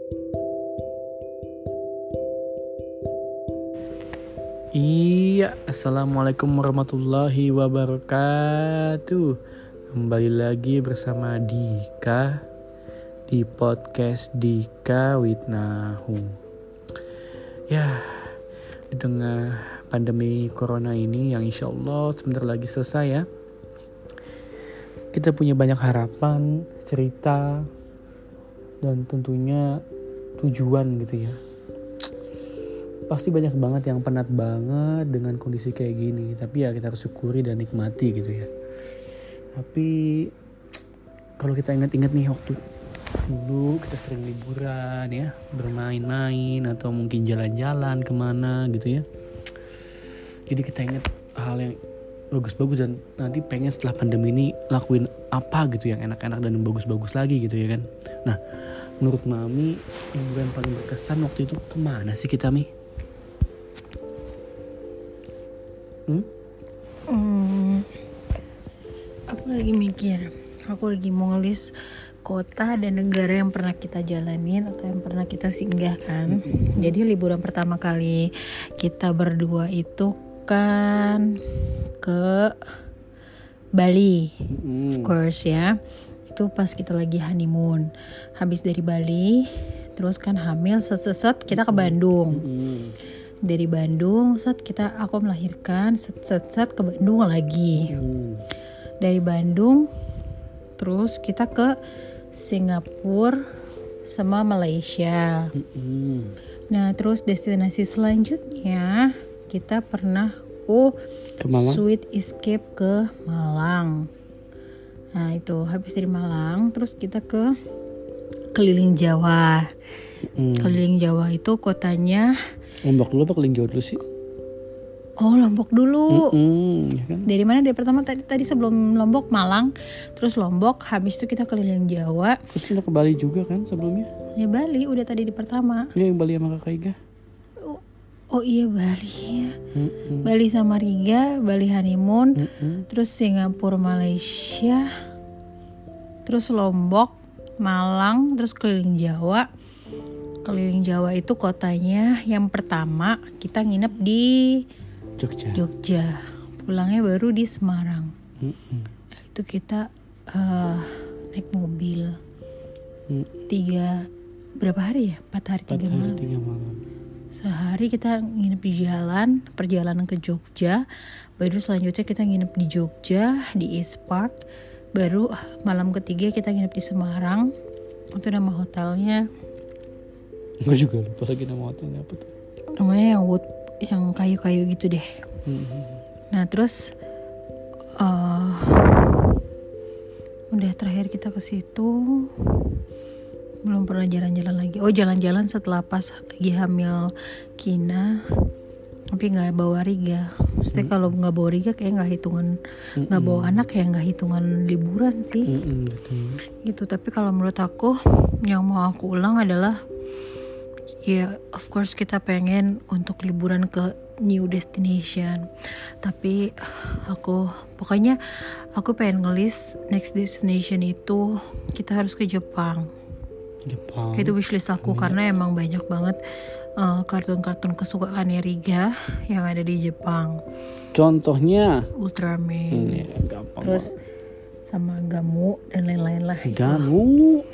Iya, assalamualaikum warahmatullahi wabarakatuh. Kembali lagi bersama Dika di podcast Dika with Nahu. Ya, di tengah pandemi corona ini yang insya Allah sebentar lagi selesai ya. Kita punya banyak harapan, cerita, dan tentunya tujuan gitu ya. Pasti banyak banget yang penat banget dengan kondisi kayak gini. Tapi ya kita harus syukuri dan nikmati gitu ya. Tapi kalau kita ingat-ingat nih waktu dulu kita sering liburan ya, bermain-main atau mungkin jalan-jalan kemana gitu ya. Jadi kita ingat hal yang bagus-bagus dan nanti pengen setelah pandemi ini lakuin apa gitu yang enak-enak dan bagus-bagus lagi gitu ya kan. Nah, menurut Mami liburan paling berkesan waktu itu kemana sih kita, Mi? Aku lagi mikir, aku lagi mau ngelis kota dan negara yang pernah kita jalanin atau yang pernah kita singgahkan. Jadi liburan pertama kali kita berdua itu kan ke Bali, of course ya. Itu pas kita lagi honeymoon. Habis dari Bali, terus kan hamil set kita ke Bandung. Dari Bandung aku melahirkan set ke Bandung lagi. Dari Bandung terus kita ke Singapura sama Malaysia. Nah terus destinasi selanjutnya kita pernah sweet escape ke Malang. Nah itu habis dari Malang terus kita ke keliling Jawa. Keliling Jawa itu kotanya Lombok dulu apa keliling Jawa dulu sih? Oh Lombok dulu. Ya kan? Dari mana? Dari pertama tadi sebelum Lombok Malang, terus Lombok, habis itu kita keliling Jawa. Terus kita ke Bali juga kan sebelumnya? Ya Bali udah tadi di pertama. Ya yang Bali sama Kakak Iga. Oh iya Bali ya. Bali sama Riga, Bali honeymoon, terus Singapura Malaysia, terus Lombok, Malang, terus keliling Jawa. Keliling Jawa itu kotanya yang pertama kita nginep di Jogja. Pulangnya baru di Semarang. Itu kita naik mobil. 4 hari ya? 4 hari 3 malam. Sehari kita nginep di jalan, perjalanan ke Jogja. Baru selanjutnya kita nginep di Jogja, di East Park. Baru malam ketiga kita nginep di Semarang. Itu nama hotelnya. Gue juga lupa lagi nama hotelnya apa tuh. Namanya yang kayu-kayu gitu deh. Nah terus udah terakhir kita ke situ belum pernah jalan-jalan lagi. Oh jalan-jalan setelah pas lagi hamil Kina, tapi nggak bawa Riga. Maksudnya kalau nggak bawa Riga kayak nggak hitungan, nggak bawa anak kayak nggak hitungan liburan sih. Gitu. Tapi kalau menurut aku yang mau aku ulang adalah ya of course kita pengen untuk liburan ke new destination. Tapi aku pengen ngelis next destination itu kita harus ke Jepang. Itu wishlist aku karena emang banyak banget kartun-kartun kesukaannya Riga yang ada di Jepang. Contohnya Ultraman. Terus sama Gamu dan lain-lain lah. Gamu.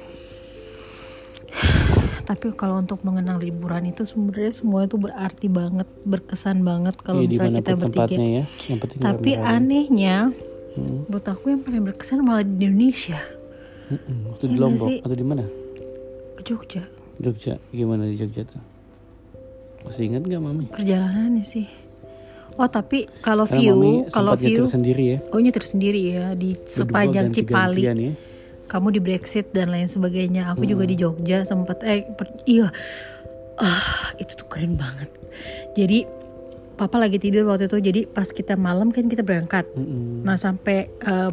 Tapi kalau untuk mengenang liburan itu sebenarnya semua itu berarti banget, berkesan banget kalau misalnya kita bertiga. Ya. Tapi anehnya, menurut aku yang paling berkesan malah di Indonesia. Waktu di Lombok atau di mana? Ke Jogja. Jogja, gimana di Jogja tuh? Masih ingat nggak Mami? Perjalanannya sih. Oh tapi kalau view, nyetir sendiri ya? Oh nyetir sendiri ya di sepanjang Cipali. Ya? Kamu di Brexit dan lain sebagainya. Aku juga di Jogja sempat itu tuh keren banget. Jadi papa lagi tidur waktu itu. Jadi pas kita malam kan kita berangkat. Nah sampai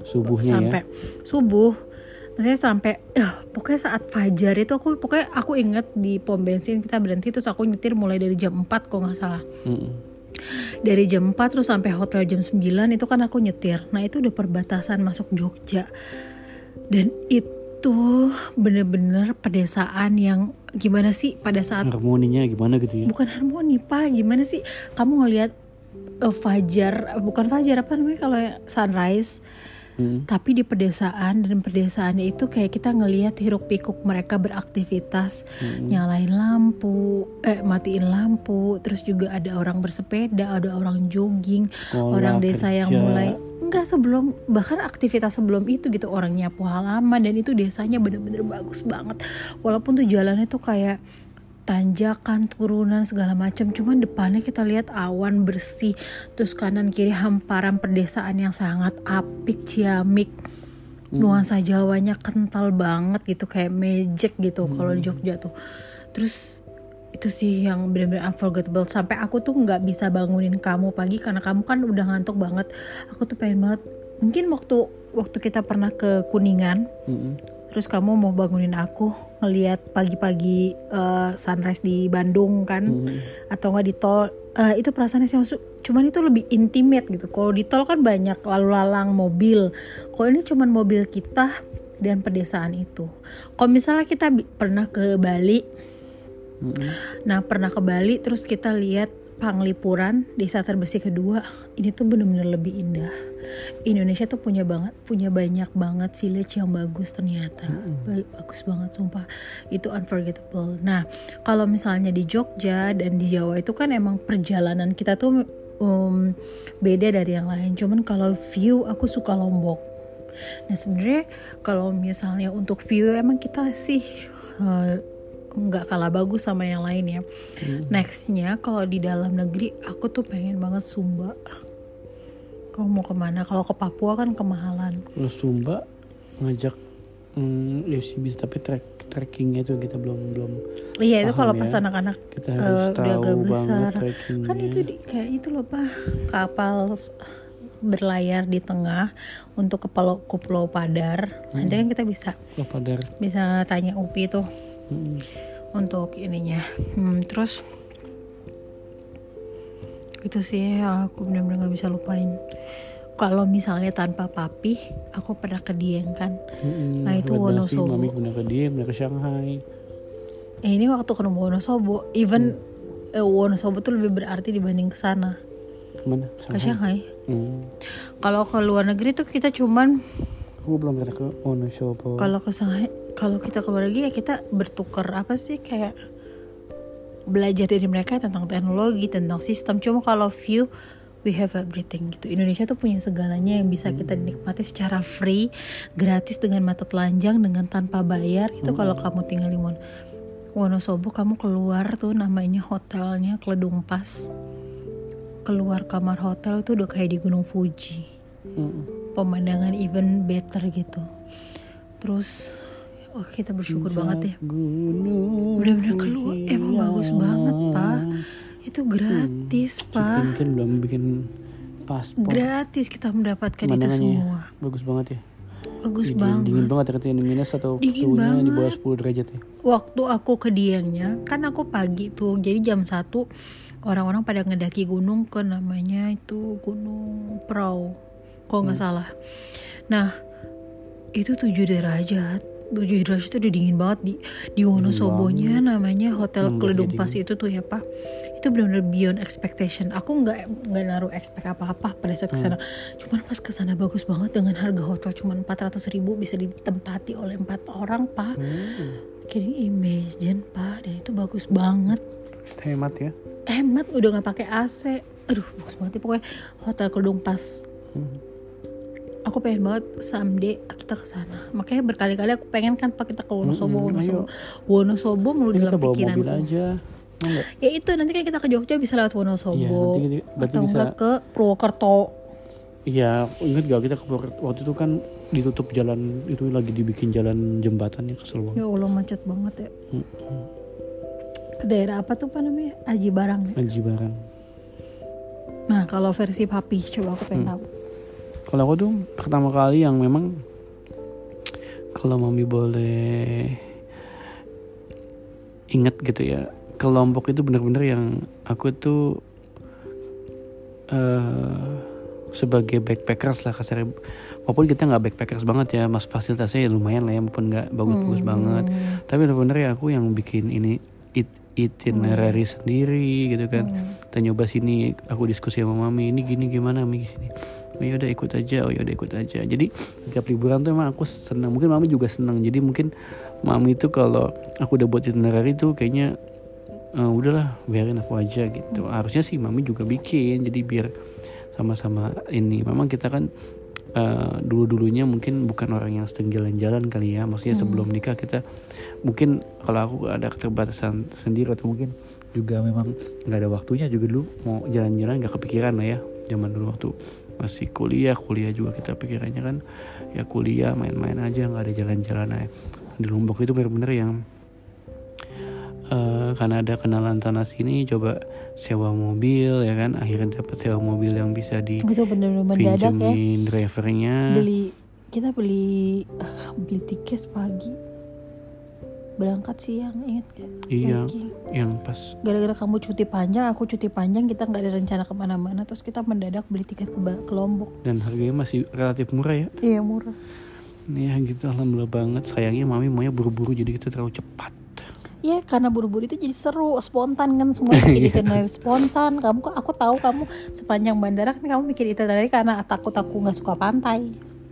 subuh. Maksudnya sampai pokoknya saat fajar itu aku inget di pom bensin kita berhenti terus aku nyetir mulai dari jam 4 kok nggak salah. Dari jam 4 terus sampai hotel jam 9 itu kan aku nyetir. Nah itu udah perbatasan masuk Jogja. Dan itu bener-bener pedesaan yang gimana sih pada saat harmoninya gimana gitu ya. bukan harmoni Pak, gimana sih kamu ngelihat bukan fajar apa namanya kalau sunrise, tapi di pedesaan, dan pedesaannya itu kayak kita ngelihat hiruk pikuk mereka beraktivitas, nyalain lampu, matiin lampu, terus juga ada orang bersepeda, ada orang jogging, orang desa yang mulai sebelum, bahkan aktivitas sebelum itu gitu, orang nyapu halaman, dan itu desanya bener-bener bagus banget, walaupun tuh jalannya tuh kayak tanjakan, turunan segala macam, cuman depannya kita lihat awan bersih, terus kanan kiri hamparan pedesaan yang sangat apik, ciamik, nuansa Jawanya kental banget gitu, kayak magic gitu kalau di Jogja tuh. Terus itu sih yang benar-benar unforgettable, sampai aku tuh nggak bisa bangunin kamu pagi karena kamu kan udah ngantuk banget. Aku tuh pengen banget, mungkin waktu kita pernah ke Kuningan, terus kamu mau bangunin aku ngelihat pagi-pagi sunrise di Bandung kan, atau nggak di tol, itu perasaannya sih, cuman itu lebih intimate gitu. Kalau di tol kan banyak lalu lalang mobil, kalau ini cuman mobil kita dan pedesaan itu. Kalau misalnya kita pernah ke Bali, pernah ke Bali terus kita lihat Panglipuran, desa terbersih kedua, ini tuh benar-benar lebih indah. Indonesia tuh punya banyak banget village yang bagus ternyata, bagus banget sumpah, itu unforgettable. Nah kalau misalnya di Jogja dan di Jawa itu kan emang perjalanan kita tuh beda dari yang lain. Cuman kalau view aku suka Lombok. Nah sebenarnya kalau misalnya untuk view emang kita sih nggak kalah bagus sama yang lain ya. Nextnya kalau di dalam negeri aku tuh pengen banget Sumba. Kamu mau kemana? Kalau ke Papua kan kemahalan. Kalau Sumba ngajak ya sih bisa, tapi trekkingnya tuh kita belum iya itu kalau ya. pas anak-anak kita harus udah agak besar kan itu kayak itu loh Pak, kapal berlayar di tengah untuk ke Pulau Padar. Nanti kan kita bisa tanya Upi tuh untuk ininya. Terus itu sih aku benar-benar nggak bisa lupain. Kalau misalnya tanpa papi, aku pernah ke Dieng kan. Nah itu Wonosobo. Mami pernah ke Dieng, pernah ke Shanghai. Ini waktu ke Wonosobo, even Wonosobo tuh lebih berarti dibanding ke sana. Kemana? Ke Shanghai. Kalau ke luar negeri tuh kita cuman. Aku belum pernah ke Wonosobo. Kalau ke Shanghai, kalau kita keluar lagi ya kita bertukar apa sih, kayak belajar dari mereka tentang teknologi, tentang sistem. Cuma kalau view, we have everything gitu. Indonesia tuh punya segalanya yang bisa kita nikmati secara free, gratis, dengan mata telanjang, dengan tanpa bayar. Itu kalau kamu tinggal di Wonosobo, kamu keluar tuh namanya hotelnya Kledung Pas. Keluar kamar hotel tuh udah kayak di Gunung Fuji. Pemandangan even better gitu. Terus kita bersyukur banget ya. Bener-bener keluar, emang bagus banget Pak. Itu gratis Pak. Mungkin belum bikin paspor. Gratis kita mendapatkan itu semua. Bagus banget ya. Bagus banget. Dingin banget katanya, minus atau suhunya di bawah 10 derajat ya. Waktu aku ke Diengnya, kan aku pagi tuh, jadi jam 1 orang-orang pada ngedaki gunung ke namanya itu Gunung Prau, kalau nggak salah. Nah itu 7 derajat itu udah dingin banget di Wonosobonya, namanya Hotel Kledung Pas itu tuh ya Pak. Itu benar-benar beyond expectation. Aku nggak naruh expect apa-apa pada saat kesana. Cuman pas kesana bagus banget, dengan harga hotel cuma 400.000 bisa ditempati oleh 4 orang Pak. Can you imagine Pak? Dan itu bagus banget. Hemat ya. Hemat, udah nggak pakai AC. Aduh bagus banget ya pokoknya Hotel Kledung Pas. Aku pengen banget someday kita ke sana. Makanya berkali-kali aku pengen kan Pak kita ke Wonosobo. Wonosobo melulu dalam pikiranku. Kita bawa mobil aja. Ya itu nanti kan kita ke Jogja bisa lewat Wonosobo. Iya, atau enggak ke Purwokerto. Iya, ingat gak kita ke Purwokerto waktu itu kan ditutup jalan, itu lagi dibikin jalan jembatannya, kesel banget. Ya Allah macet banget ya. Ke daerah apa tuh Pak namanya? Aji Barang ya? Aji Barang. Nah kalau versi papi coba aku pengen tahu. Kalau aku tuh pertama kali yang memang, kalau Mami boleh ingat gitu ya, ke Lombok itu benar-benar yang aku tuh sebagai backpackers lah kasarnya, walaupun kita nggak backpackers banget ya, mas fasilitasnya ya lumayan lah ya, walaupun nggak bagus-bagus banget, tapi benar-benar ya aku yang bikin ini itinerary sendiri gitu kan. Kita nyoba sini, aku diskusi sama mami, ini gini gimana mi sini, oh ya udah ikut aja. Jadi setiap liburan tuh emang aku senang, mungkin mami juga senang. Jadi mungkin mami itu kalau aku udah buat itinerary tuh kayaknya udahlah biarin aku aja gitu. Harusnya sih mami juga bikin, jadi biar sama-sama ini. Memang kita kan dulu-dulunya mungkin bukan orang yang sering jalan-jalan kali ya, maksudnya sebelum nikah kita mungkin, kalau aku ada keterbatasan sendiri atau mungkin juga memang nggak ada waktunya juga, dulu mau jalan-jalan nggak kepikiran lah ya. Zaman dulu waktu masih kuliah juga kita pikirannya kan ya kuliah main-main aja, nggak ada jalan-jalan aja. Di Lombok itu benar-benar yang karena ada kenalan sana sini, coba sewa mobil ya kan, akhirnya dapat sewa mobil yang bisa di itu bener-bener mendadak ya, drivernya. Kita beli tiket pagi, berangkat siang, ingat gak? Iya, yang pas gara-gara kamu cuti panjang, aku cuti panjang, kita nggak ada rencana kemana-mana, terus kita mendadak beli tiket ke Lombok. Dan harganya masih relatif murah ya. Iya, murah. Ya gitu, alhamdulillah banget. Sayangnya mami maunya buru-buru, jadi kita terlalu cepat. Ya karena buru-buru itu jadi seru, spontan kan semua jadi itinerary spontan. Aku tahu kamu sepanjang bandara kan kamu mikir itinerary karena takut aku nggak suka pantai.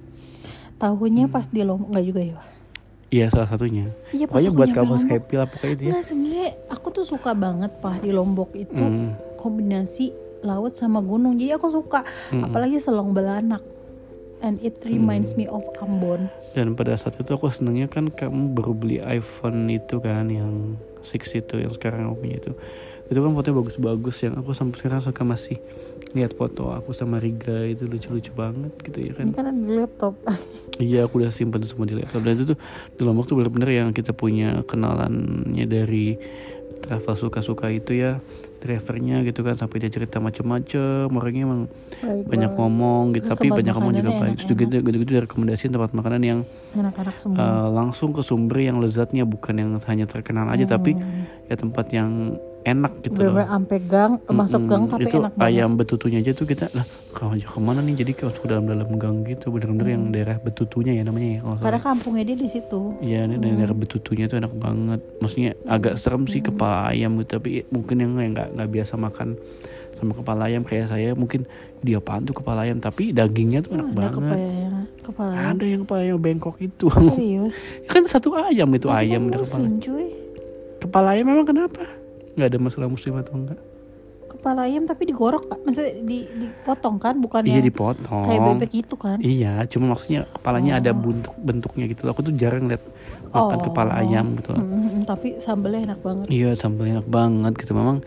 Tahunya pas di Lombok nggak juga ya? Iya salah satunya. Iya, pokoknya buat kamu happy lah pokoknya itu ya. Nggak, sebenarnya aku tuh suka banget di Lombok itu kombinasi laut sama gunung. Jadi aku suka, apalagi Selong Belanak. And it reminds me of Ambon. Dan pada saat itu aku senengnya kan kamu baru beli iPhone itu kan, yang 6 itu yang sekarang aku punya itu kan fotonya bagus-bagus, yang aku sampai sekarang suka masih lihat foto aku sama Riga itu lucu-lucu banget gitu ya kan. Ini kan ada di laptop. Iya, aku udah simpan semua di laptop. Dan itu tuh di Lombok tuh benar-benar yang kita punya kenalannya dari travel suka-suka itu ya, drivernya gitu kan, sampai dia cerita macam-macam, orangnya emang Baik banyak banget. ngomong gitu. Terus Tapi banyak ngomong juga baik. Terus gitu rekomendasiin tempat makanan yang enak-enak semua. langsung ke sumber yang lezatnya, bukan yang hanya terkenal aja, tapi ya tempat yang enak gitu loh. Bener-bener sampai gang, masuk gang tapi itu enak banget. ayam betutunya aja tuh kita lah kalau kemana nih, jadi kalau ke dalam gang gitu, bener-bener yang daerah betutunya ya namanya ya kalau Karena kampungnya dia di situ. iya, daerah betutunya tuh enak banget. Maksudnya agak serem sih kepala ayam gitu, tapi mungkin yang nggak biasa makan sama kepala ayam kayak saya, mungkin dia apaan tuh kepala ayam, tapi dagingnya tuh enak banget. Kepala ayam. Ada yang kepala ayam bengkok itu. Serius? Kan satu ayam itu, ayam kan ada kepala. cuy. Kepala ayam memang kenapa? Nggak ada masalah muslim atau enggak? Kepala ayam tapi digorok, maksudnya dipotong kan, bukan Iya yang dipotong. kayak bebek gitu kan? Iya, cuma maksudnya kepalanya ada bentuknya gitu. Aku tuh jarang lihat makan kepala ayam gitu. Tapi sambalnya enak banget. Iya, sambalnya enak banget gitu. Memang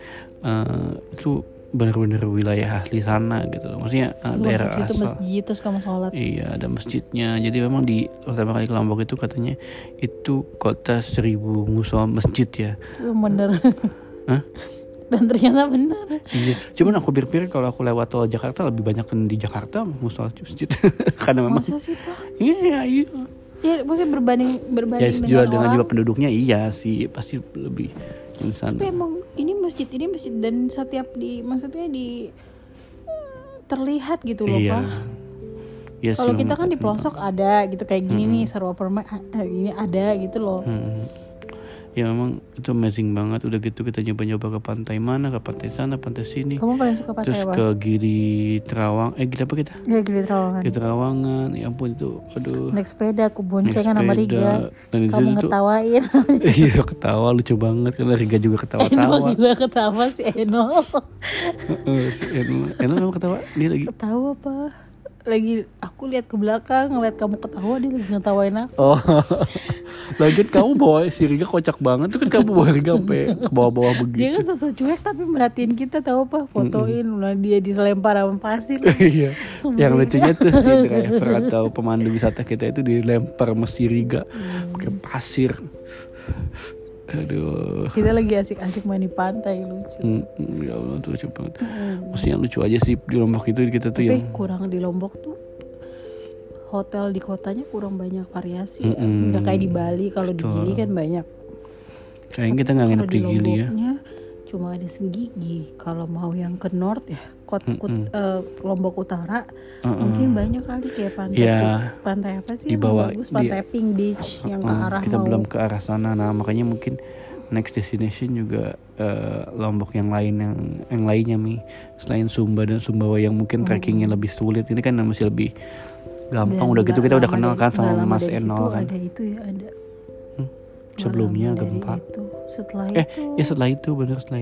itu benar-benar wilayah asli sana gitu. Maksudnya daerah asal. Itu asal. masjid, terus kamu sholat. Iya, ada masjidnya. Jadi memang di pertama kali ke Lombok itu katanya itu kota 1000 musola masjid ya. Bener. Hah? Dan ternyata benar. Iya, cuman aku pikir kalau aku lewat tol Jakarta lebih banyak di Jakarta musola masjid. Karena memang masa sih Pak? Iya. Ya maksudnya berbanding Ya dengan dengan orang. jumlah penduduknya iya sih, pasti lebih insan. Tapi emang ini masjid dan setiap maksudnya terlihat gitu loh iya. Pak. Iya Kalau sih, kita kan di pelosok ada gitu kayak gini nih, Sarwa Permai ini ada gitu loh. Ya memang itu amazing banget. Udah gitu kita nyoba-nyoba ke pantai mana, ke pantai sana, pantai sini. Kamu paling suka pantai Terus apa? ke Gili Terawang. Gili apa kita? Ya Gili Trawangan. Gili Terawangan. Ya ampun itu, aduh. Naik sepeda, aku boncengan sama Riga. Dan Kamu ngetawain. Iya, ketawa lucu banget karena Riga juga ketawa-tawa. Eno juga ketawa si Eno. Si Eno memang ketawa. Dia lagi Ketawa Pak. Lagi aku lihat ke belakang, ngeliat kamu ketawa, dia lagi ngetawain aku. Oh. Lagian kamu bawa si Riga kocak banget tuh kan, kamu bawa Riga sampai ke bawah-bawah begitu. Dia kan sosok cuek tapi merhatiin kita, tahu apa? Fotoin, dia diselempar sama pasir. Iya. Yang lucunya tuh si driver atau pemandu wisata kita itu dilempar sama si Riga pakai pasir. Aduh. Kita lagi asik-asik main di pantai, lucu. Ya Allah, tuh lucu banget. Maksudnya lucu aja sih di Lombok itu kita tuh. Tapi kurang di Lombok tuh hotel di kotanya kurang banyak variasi. Nggak kayak di Bali, kalau di Gili kan banyak. Kayaknya kita nggak nginep di Gili ya. Cuma ada Senggigi. Kalau mau yang ke North ya Lombok Utara mungkin banyak kali kayak pantai apa sih di bawah, bagus, pantai Pink Beach yang ke arah kita belum ke arah sana. Nah makanya mungkin next destination juga Lombok yang lainnya selain Sumba dan Sumbawa yang mungkin trekkingnya lebih sulit. Ini kan masih lebih gampang. Udah gitu kita udah kenal kan sama Mas Enol kan. Ada itu ya ada. Sebelumnya gempa. Setelah itu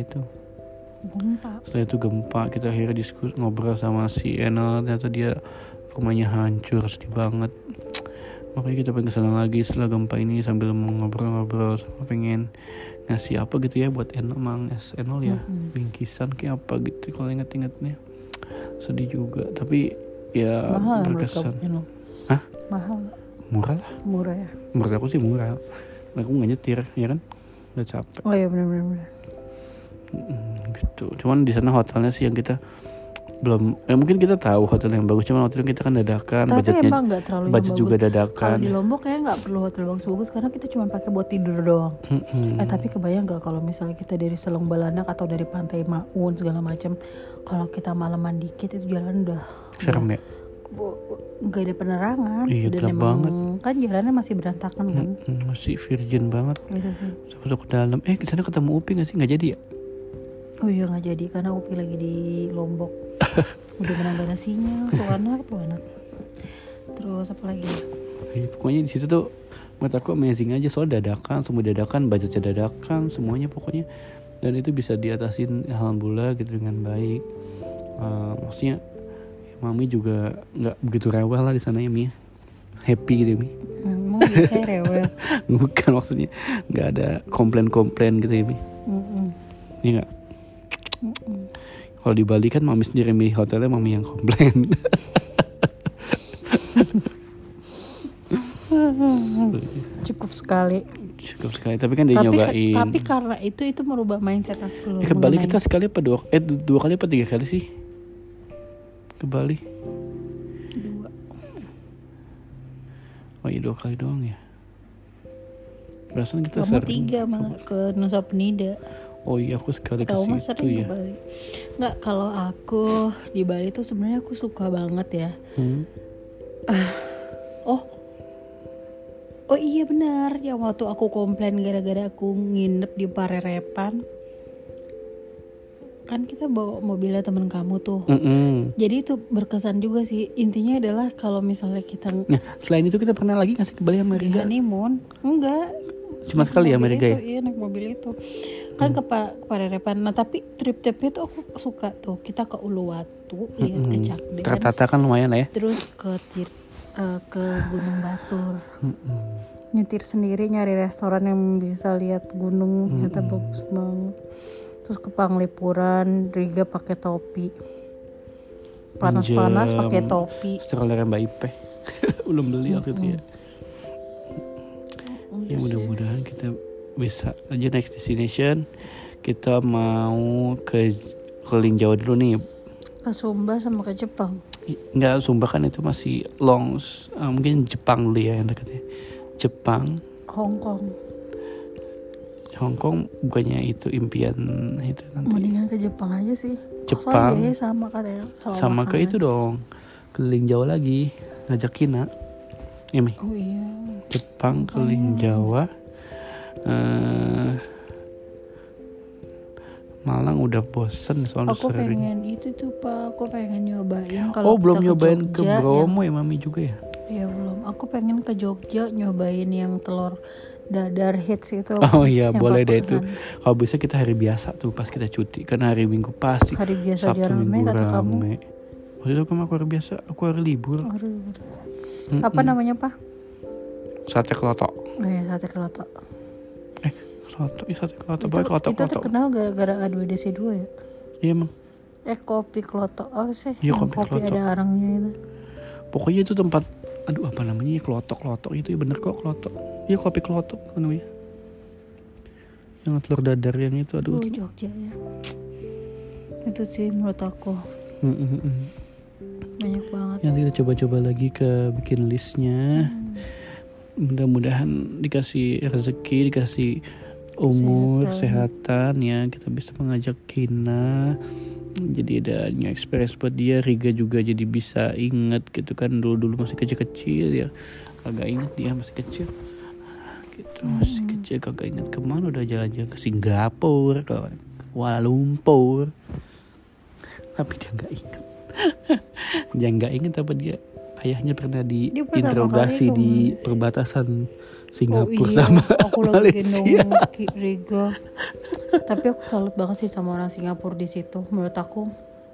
gempa. Kita akhirnya diskusi ngobrol sama si Enol, ternyata dia rumahnya hancur, sedih banget. Makanya kita pengen kesana lagi setelah gempa ini sambil ngobrol-ngobrol, sama pengen ngasih apa gitu ya buat Enol ya, bingkisan kayak apa gitu. Kalau inget-ingetnya sedih juga, tapi ya mahal berkesan. Hah? Mahal? Murah lah. Murah ya? Menurut aku sih murah. Aku nggak nyetir, ya kan? Udah capek. Oh iya benar. Gitu. Cuman di sana hotelnya sih yang kita belum. Mungkin kita tahu hotel yang bagus, cuman hotel kita kan dadakan. Tapi budgetnya, emang nggak terlalu budget bagus. juga dadakan. Kalau di Lombok kayaknya nggak perlu hotel bagus-bagus karena kita cuma pakai buat tidur doang. Tapi kebayang nggak kalau misalnya kita dari Selong Balanak atau dari Pantai Maun segala macam, kalau kita malaman dikit itu jalan udah serem ya. Nggak ada penerangan. Iya, dan emang banget. Kan jalannya masih berantakan kan. Masih virgin banget. Gitu sih. Masuk ke dalam. Di sana ketemu Upi nggak sih? Nggak jadi ya? Oh iya nggak jadi karena Upi lagi di Lombok. Udah menambah sinyal tuh anak. Terus apa lagi? Pokoknya di situ tuh menurut aku amazing aja, soal semua dadakan, budgetnya dadakan, semuanya pokoknya. Dan itu bisa diatasin alhamdulillah gitu dengan baik. Maksudnya Mami juga nggak begitu rewel lah di sana ya Mi, happy gitu Mi. Mau biasanya rewel? Bukan, maksudnya nggak ada komplain gitu ya Mi. Iya nggak? Kalau di Bali kan Mami sendiri milih hotelnya, Mami yang komplain. Cukup sekali. Tapi kan dia nyobain. Tapi karena itu merubah mindset aku. Ke Bali kita sekali apa dua kali apa 3 kali sih ke Bali? 2. Oh iya 2 kali doang ya. Perasaan kita sering. 3 malah ke Nusa Penida. Oh iya aku sekali ke situ ya. Nggak, kalau aku di Bali tuh sebenarnya aku suka banget ya. Oh iya benar ya, waktu aku komplain gara-gara aku nginep di Parerepan. Kan kita bawa mobilnya teman kamu tuh. Jadi itu berkesan juga sih. Intinya adalah kalau misalnya kita. Nah selain itu kita pernah lagi ngasih ke Bali sama Riga? Honeymoon? Enggak. Cuma sekali ya sama Riga ya? Iya naik mobil itu. Kan ke Parerepan. Nah tapi trip-tripnya tuh aku suka tuh. Kita ke Uluwatu, lihat ke Cakdens. Tertata kan lumayan lah ya. Terus ke Gunung Batur. Nyetir sendiri nyari restoran yang bisa lihat gunung. Ternyata bagus banget. Terus ke Panglipuran, Riga pakai topi. Panas-panas pakai topi. Stroller Mbak Ipe. Belum beli waktu itu ya. Ya mudah-mudahan kita bisa aja next destination. Kita mau ke keliling Jawa dulu nih. Ke Sumba sama ke Jepang. Enggak, Sumba kan itu masih mungkin Jepang dulu ya yang dekatnya. Jepang. Hong Kong bukannya itu impian itu nanti. Mendingan ke Jepang aja sih. Jepang. Ya, sama katanya. Sama ke itu dong. Keliling Jawa lagi. Ngajak Kina. Ini. Oh iya. Jepang keliling Jawa. Malang udah bosen soalnya aku sering. Pengen itu tuh Pak. Aku pengen nyobain. Kalau belum nyobain ke Bromo ya Mami juga ya? Iya belum. Aku pengen ke Jogja nyobain yang telur dadar hits itu. Oh iya boleh deh itu. Kalau bisa kita hari biasa tuh pas kita cuti. Kan hari Minggu pasti. Hari biasa Sabtu Minggu rame. Waktu itu aku hari biasa. Aku hari libur. Apa namanya Pak? Sate Klotok. Oh iya sate Klotok. Sate Klotok. Itu terkenal gara-gara A2DC2 ya? Iya emang. Kopi Klotok. Oh sih. Iya kopi Klotok. Ada arangnya itu. Pokoknya itu tempat. Aduh apa namanya Klotok itu ya bener kok Klotok. Iya kopi Klotok kan namanya. Yang telur dadar yang itu aduh. Jogja ya. Itu sih menurut aku. Banyak banget. Nanti kita coba-coba lagi bikin listnya. Mudah-mudahan dikasih rezeki, dikasih umur, kesehatan ya. Kita bisa mengajak Kina Jadi ada new experience buat dia. Riga juga jadi bisa inget gitu kan, dulu masih kecil-kecil ya, kagak inget dia masih kecil gitu, masih kecil kagak inget kemana, udah jalan-jalan ke Singapura, ke Kuala Lumpur, tapi dia nggak inget. Dia nggak inget apa dia ayahnya pernah diinterogasi di perbatasan Singapura sama aku Malaysia. lagi gendong Riga. Tapi aku salut banget sih sama orang Singapura di situ. Menurut aku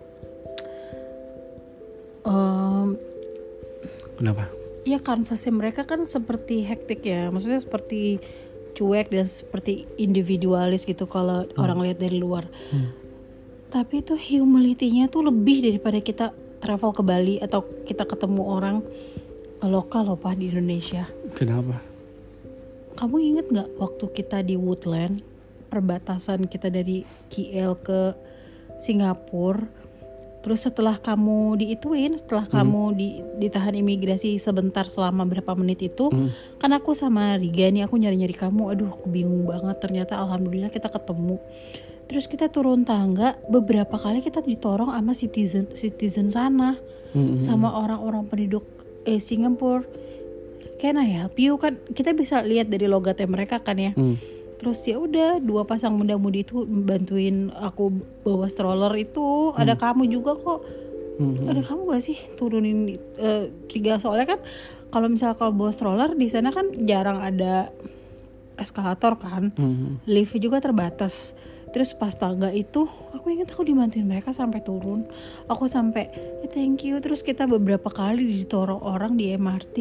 Kenapa? ya kanvasnya mereka kan seperti hektik ya, maksudnya seperti cuek dan seperti individualis gitu kalau orang lihat dari luar. Tapi itu humility-nya tuh lebih daripada kita travel ke Bali atau kita ketemu orang lokal loh Pak di Indonesia. Kenapa? Kamu inget gak waktu kita di Woodland, perbatasan kita dari KL ke Singapura, terus setelah kamu kamu ditahan imigrasi sebentar selama berapa menit itu, kan aku sama Riga nih, aku nyari-nyari kamu, aduh aku bingung banget, ternyata alhamdulillah kita ketemu. Terus kita turun tangga, beberapa kali kita ditorong sama citizen sana, sama orang-orang penduduk Singapura. Can I help you? Kan kita bisa lihat dari logatnya mereka kan ya. Terus ya udah, 2 pasang muda-mudi itu bantuin aku bawa stroller itu. Ada kamu juga kok. Ada kamu gak sih turunin Riga, soalnya kan kalau misalnya kalau bawa stroller di sana kan jarang ada eskalator kan. Lift juga terbatas. Terus pas tangga itu aku ingat aku dibantuin mereka sampai turun. Aku sampai thank you. Terus kita beberapa kali ditorong orang di MRT.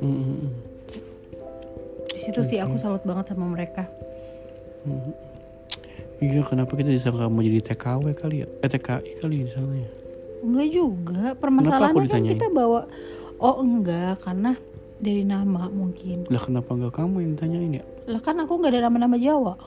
Di situ sih aku salut banget sama mereka. Iya, kenapa kita disangka mau jadi TKW kali ya? TKI kali di sana ya? Enggak juga. Permasalahannya kan kita bawa. Oh enggak, karena dari nama mungkin. Lah kenapa enggak kamu yang ditanyain ya? Lah kan aku enggak ada nama-nama Jawa.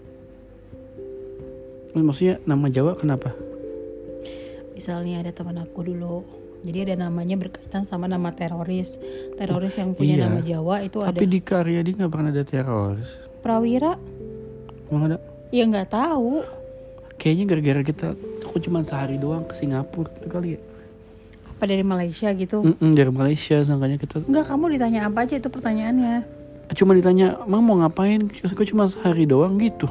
Maksudnya nama Jawa kenapa? Misalnya ada teman aku dulu, jadi ada namanya berkaitan sama nama teroris yang punya nama Jawa itu. Tapi ada. Tapi di Karyadi nggak pernah ada teroris. Prawira? Emang ada? Ya nggak tahu. Kayaknya gara-gara aku cuma sehari doang ke Singapura gitu kali ya. Apa dari Malaysia gitu? Dari Malaysia, sangkanya kita. Enggak, kamu ditanya apa aja itu pertanyaannya? Cuma ditanya, Mang mau ngapain? Aku cuma sehari doang gitu.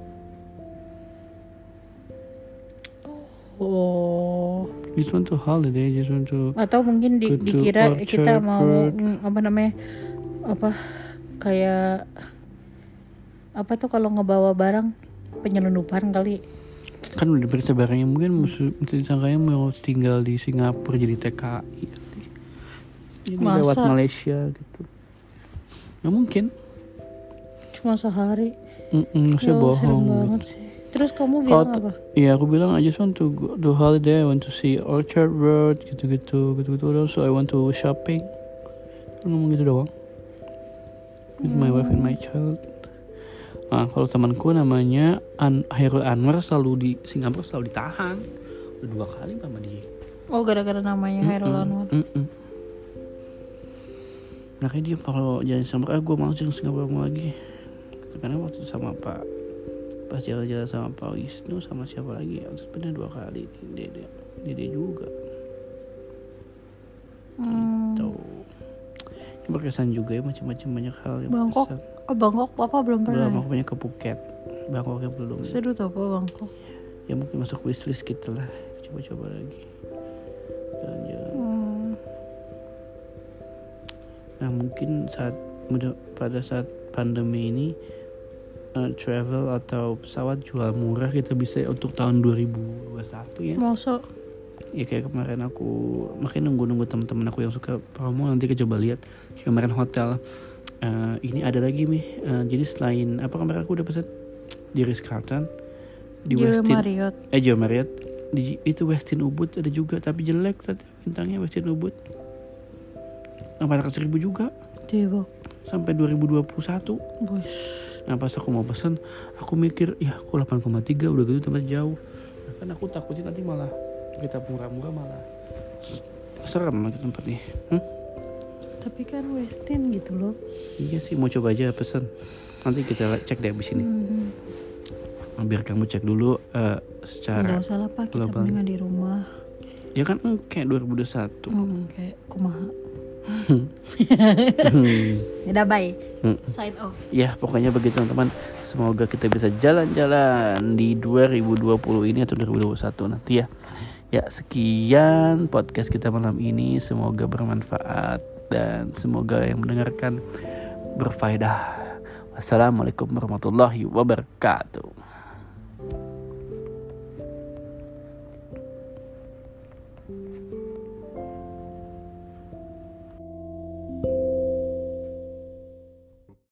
Oh, just want to holiday, just want to. Atau mungkin dikira kita mau kayak apa tuh kalau ngebawa barang penyelundupan kali. Kan udah diperiksa barangnya, mungkin disangkanya mau tinggal di Singapura jadi TKI. Jadi lewat Malaysia gitu. Nggak mungkin. Cuma sehari. Saya bohong. Banget sih. Terus kamu bilang apa? Iya, aku bilang I just want to go to holiday, I want to see Orchard Road, gitu. Also I want to shopping. Ngomong gitu doang. With my wife and my child. Nah, kalau temanku namanya Hairul Anwar, selalu di Singapura selalu ditahan. Udah 2 kali sama dia. Oh, gara-gara namanya Hairul Anwar. Makanya dia kalau jalan Singapura, gue mau jalan Singapura lagi. Karena waktu sama pas jalan-jalan sama Pak Wisnu sama siapa lagi ya, sebenarnya 2 kali dia juga gitu. Berkesan juga ya, macam-macam banyak hal yang Bangkok berkesan. Bangkok apa belum pernah? Belum, banyak ke Phuket, Bangkoknya belum. Seru tuh apa Bangkok? Ya mungkin masuk wishlist kita lah, coba-coba lagi jalan-jalan. Nah mungkin pada saat pandemi ini travel atau pesawat jual murah kita bisa untuk tahun 2021 ya. Masa? Ya kayak kemarin aku makin nunggu teman-teman aku yang suka promo, nanti kita coba lihat kemarin hotel ini ada lagi nih. Jadi selain apa kemarin aku udah pesan di Ritz-Carlton, di Westin Marriott, itu Westin Ubud ada juga tapi jelek tadi bintangnya. Westin Ubud 400.000 juga. Debok. Sampai 2021. Bos. Nah pas aku mau pesen, aku mikir ya aku 8,3 udah gitu tempat jauh. Nah, kan aku takutnya nanti malah kita murah-murah malah serem lagi tempatnya. Tapi kan Westin gitu loh. Iya sih, mau coba aja pesen. Nanti kita cek deh abis ini. biar kamu cek dulu secara Nggak usah lah Pak, kita global. mendingan di rumah. Ya kan kayak 2021. Kayak kumaha. Udah bye. Sign off. Ya pokoknya begitu teman-teman. Semoga kita bisa jalan-jalan di 2020 ini atau 2021 nanti ya. Ya sekian podcast kita malam ini. Semoga bermanfaat dan semoga yang mendengarkan berfaedah. Wassalamualaikum warahmatullahi wabarakatuh.